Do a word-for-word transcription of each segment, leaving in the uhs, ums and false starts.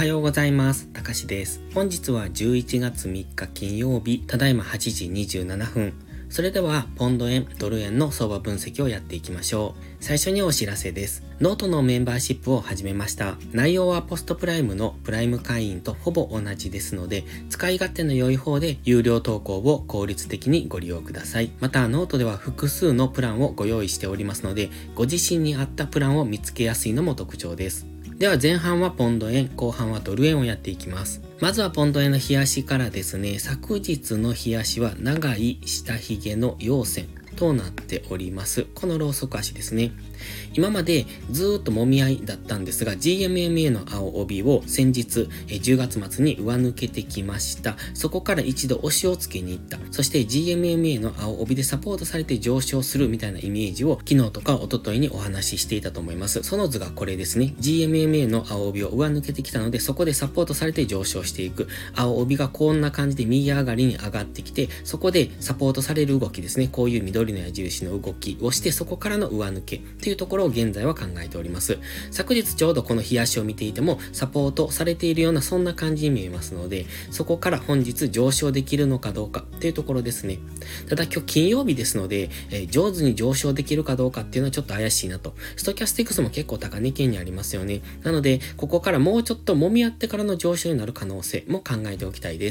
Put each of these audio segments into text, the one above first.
はようございます。たかしです。本日はじゅういちがつみっか金曜日、ただいまはちじにじゅうななふん。それでは、ポンド円、ドル円の相場分析をやっていきましょう。最初にお知らせです。ノートのメンバーシップを始めました。内容はポストプライムのプライム会員とほぼ同じですので、使い勝手の良い方で有料投稿を効率的にご利用ください。また、ノートでは複数のプランをご用意しておりますので、ご自身に合ったプランを見つけやすいのも特徴です。では前半はポンド円、後半はドル円をやっていきます。まずはポンド円の日足からですね、昨日の日足は長い下髭の陽線となっております。このローソク足ですね。今までずーっと揉み合いだったんですが ジーエムエムエー の青帯を先日じゅうがつ末に上抜けてきました。そこから一度押しをつけに行った。そして ジーエムエムエー の青帯でサポートされて上昇するみたいなイメージを昨日とか一昨日にお話ししていたと思います。その図がこれですね。ジーエムエムエー の青帯を上抜けてきたのでそこでサポートされて上昇していく。青帯がこんな感じで右上がりに上がってきてそこでサポートされる動きですね。こういう緑の矢印の動きをしてそこからの上抜けというところを現在は考えております。昨日ちょうどこの日足を見ていてもサポートされているようなそんな感じに見えますので、そこから本日上昇できるのかどうかっていうところですね。ただ今日金曜日ですので、えー、上手に上昇できるかどうかっていうのはちょっと怪しいなと。ストキャスティクスも結構高値圏にありますよね。なのでここからもうちょっと揉み合ってからの上昇になる可能性も考えておきたいです。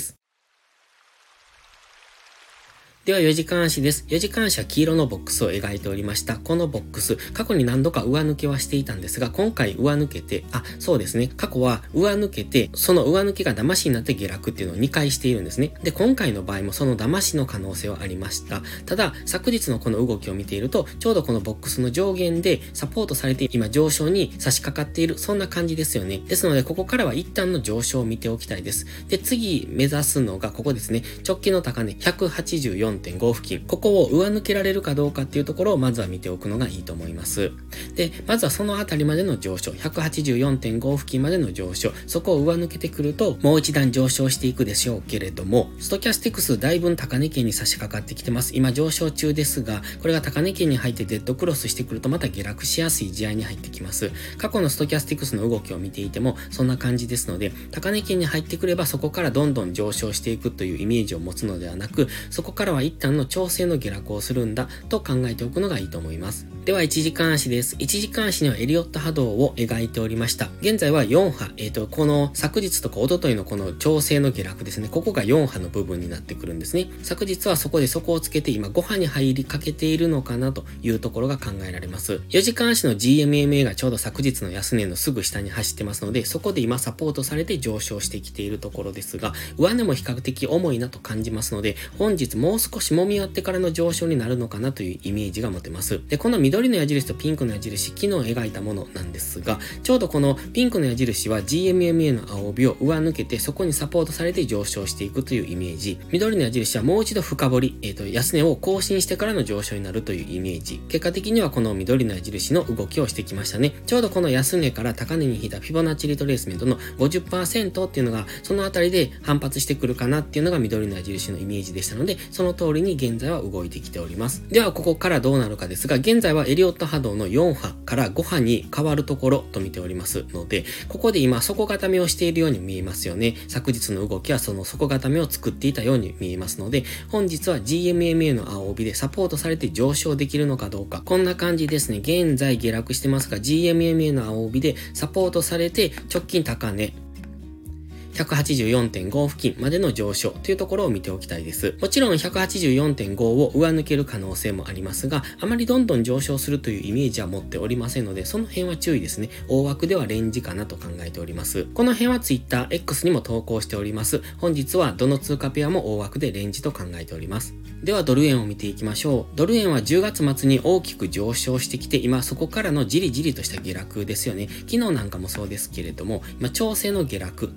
ではよじかん足です。よじかん足は黄色のボックスを描いておりました。このボックス、過去に何度か上抜けはしていたんですが、今回上抜けて、あ、そうですね。過去は上抜けて、その上抜けが騙しになって下落っていうのをにかいしているんですね。で、今回の場合もその騙しの可能性はありました。ただ、昨日のこの動きを見ていると、ちょうどこのボックスの上限でサポートされて今上昇に差し掛かっている、そんな感じですよね。ですので、ここからは一旦の上昇を見ておきたいです。で、次目指すのがここですね。直近の高値ひゃくはちじゅうよんてんご 付近。ここを上抜けられるかどうかっていうところをまずは見ておくのがいいと思います。で、まずはそのあたりまでの上昇。ひゃくはちじゅうよんてんご 付近までの上昇。そこを上抜けてくると、もう一段上昇していくでしょうけれども、ストキャスティクスだいぶ高値圏に差し掛かってきてます。今上昇中ですが、これが高値圏に入ってデッドクロスしてくるとまた下落しやすい試合に入ってきます。過去のストキャスティクスの動きを見ていても、そんな感じですので、高値圏に入ってくればそこからどんどん上昇していくというイメージを持つのではなく、そこからは一旦の調整の下落をするんだと考えておくのがいいと思います。ではいちじかん足です。いちじかん足にはエリオット波動を描いておりました。現在はよん波、えっと、この昨日とか一昨日のこの調整の下落ですね。ここがよん波の部分になってくるんですね。昨日はそこで底をつけて今ご波に入りかけているのかなというところが考えられます。よじかん足の ジーエムエムエー がちょうど昨日の安値のすぐ下に走ってますので、そこで今サポートされて上昇してきているところですが、上値も比較的重いなと感じますので、本日もう少し揉み合ってからの上昇になるのかなというイメージが持てます。で、この緑の矢印とピンクの矢印、昨日描いたものなんですが、ちょうどこのピンクの矢印は ジーエムエムエー の青帯を上抜けて、そこにサポートされて上昇していくというイメージ。緑の矢印はもう一度深掘り、えっと、安値を更新してからの上昇になるというイメージ。結果的にはこの緑の矢印の動きをしてきましたね。ちょうどこの安値から高値に引いたフィボナッチリトレースメントの ごじゅっパーセント っていうのが、そのあたりで反発してくるかなっていうのが緑の矢印のイメージでしたので、その通りに現在は動いてきております。ではここからどうなるかですが、現在はエリオット波動のよん波からご波に変わるところと見ておりますので、ここで今底固めをしているように見えますよね。昨日の動きはその底固めを作っていたように見えますので、本日は ジーエムエムエー の青帯でサポートされて上昇できるのかどうか。こんな感じですね。現在下落してますが ジーエムエムエー の青帯でサポートされて直近高値ひゃくはちじゅうよんてんご 付近までの上昇というところを見ておきたいです。もちろん ひゃくはちじゅうよんてんご を上抜ける可能性もありますが、あまりどんどん上昇するというイメージは持っておりませんので、その辺は注意ですね。大枠ではレンジかなと考えております。この辺は Twitter、X にも投稿しております。本日はどの通貨ペアも大枠でレンジと考えております。ではドル円を見ていきましょう。ドル円はじゅうがつ末に大きく上昇してきて、今そこからのじりじりとした下落ですよね。昨日なんかもそうですけれども、今調整の下落と考え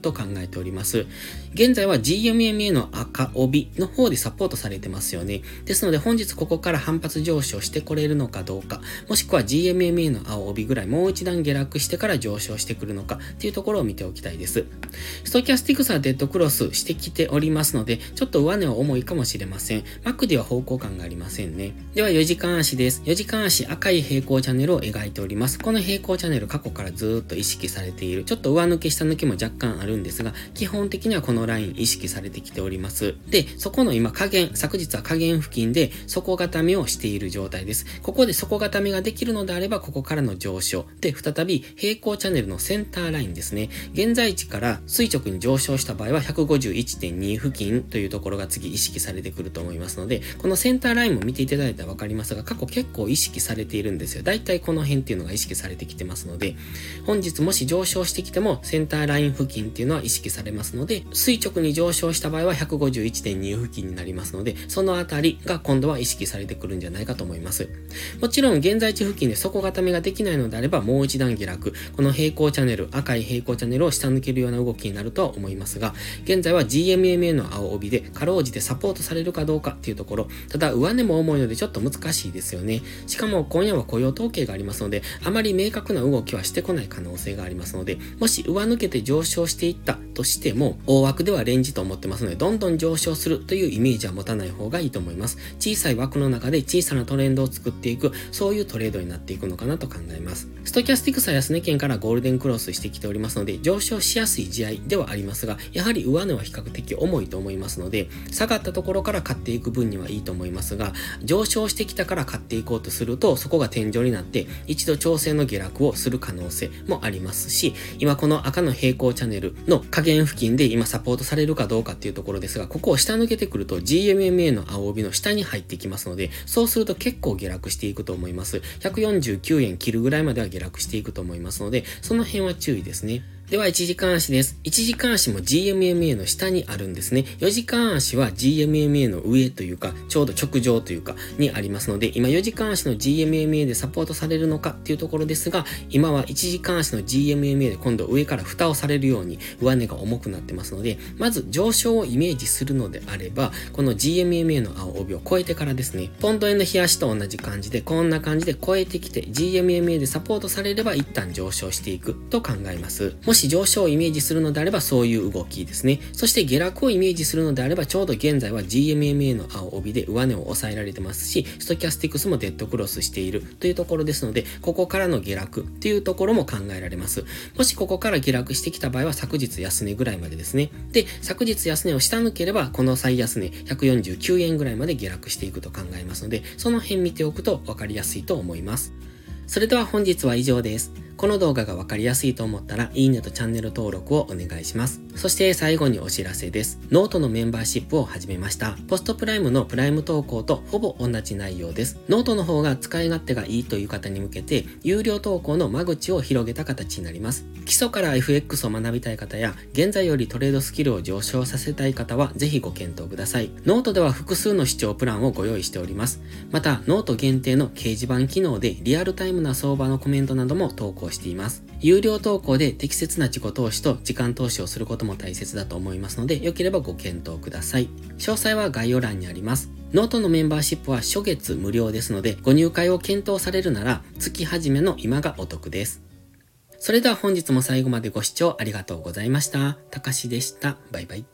えております。現在は ジーエムエムエー の赤帯の方でサポートされてますよね。ですので本日ここから反発上昇してこれるのかどうか、もしくは ジーエムエムエー の青帯ぐらいもう一段下落してから上昇してくるのかっていうところを見ておきたいです。ストキャスティクスはデッドクロスしてきておりますので、ちょっと上値は重いかもしれません。マック では方向感がありませんね。ではよじかん足です。よじかん足赤い平行チャンネルを描いております。この平行チャンネル過去からずーっと意識されている。ちょっと上抜け下抜けも若干あるんですが、基本的にはこのライン意識されてきております。で、そこの今下限、昨日は下限付近で底固めをしている状態です。ここで底固めができるのであれば、ここからの上昇。で、再び平行チャンネルのセンターラインですね。現在地から垂直に上昇した場合は ひゃくごじゅういってんに 付近というところが次意識されてくると思いますので、このセンターラインも見ていただいたらわかりますが、過去結構意識されているんですよ。だいたいこの辺っていうのが意識されてきてますので、本日もし上昇してきてもセンターライン付近っていうのは意識されますので、垂直に上昇した場合は ひゃくごじゅういってんに 付近になりますので、そのあたりが今度は意識されてくるんじゃないかと思います。もちろん現在地付近で底固めができないのであれば、もう一段下落、この平行チャンネル、赤い平行チャンネルを下抜けるような動きになるとは思いますが、現在は ジーエムエムエー の青帯でかろうじてサポートされるかどうかっていうところ、ただ上値も重いのでちょっと難しいですよね。しかも今夜は雇用統計がありますので、あまり明確な動きはしてこない可能性がありますので、もし上抜けて上昇していったとしても、大枠ではレンジと思ってますので、どんどん上昇するというイメージは持たない方がいいと思います。小さい枠の中で小さなトレンドを作っていく、そういうトレードになっていくのかなと考えます。ストキャスティクスは安値圏からゴールデンクロスしてきておりますので、上昇しやすい試合ではありますが、やはり上値は比較的重いと思いますので、下がったところから買っていく分にはいいと思いますが、上昇してきたから買っていこうとすると、そこが天井になって一度調整の下落をする可能性もありますし、今この赤の平行チャンネルの下限付近で今サポートされるかどうかっていうところですが、ここを下抜けてくると ジーエムエムエー の青帯の下に入ってきますので、そうすると結構下落していくと思います。ひゃくよんじゅうきゅうえん切るぐらいまでは下落していくと思いますので、その辺は注意ですね。ではいちじかん足です。いちじかん足も ジーエムエムエー の下にあるんですね。よじかん足は ジーエムエムエー の上というか、ちょうど直上というか、にありますので、今よじかん足の ジーエムエムエー でサポートされるのかっていうところですが、今はいちじかん足の ジーエムエムエー で今度上から蓋をされるように上値が重くなってますので、まず上昇をイメージするのであれば、この ジーエムエムエー の青帯を超えてからですね、ポンド円の冷やしと同じ感じで、こんな感じで超えてきて、ジーエムエムエー でサポートされれば一旦上昇していくと考えます。もし上昇をイメージするのであればそういう動きですね。そして下落をイメージするのであればちょうど現在は ジーエムエムエー の青帯で上値を抑えられてますし、ストキャスティクスもデッドクロスしているというところですので、ここからの下落っていうところも考えられます。もしここから下落してきた場合は昨日安値ぐらいまでですね。で、昨日安値を下抜ければこの最安値ひゃくよんじゅうきゅうえんぐらいまで下落していくと考えますので、その辺見ておくと分かりやすいと思います。それでは本日は以上です。この動画がわかりやすいと思ったら、いいねとチャンネル登録をお願いします。そして最後にお知らせです。ノートのメンバーシップを始めました。ポストプライムのプライム投稿とほぼ同じ内容です。ノートの方が使い勝手がいいという方に向けて、有料投稿の間口を広げた形になります。基礎から エフエックス を学びたい方や、現在よりトレードスキルを上昇させたい方は、ぜひご検討ください。ノートでは複数の視聴プランをご用意しております。また、ノート限定の掲示板機能でリアルタイムな相場のコメントなども投稿しています。有料投稿で適切な自己投資と時間投資をすることも大切だと思いますので、よければご検討ください。詳細は概要欄にあります。ノートのメンバーシップは初月無料ですので、ご入会を検討されるなら、月始めの今がお得です。それでは本日も最後までご視聴ありがとうございました。たかしでした。バイバイ。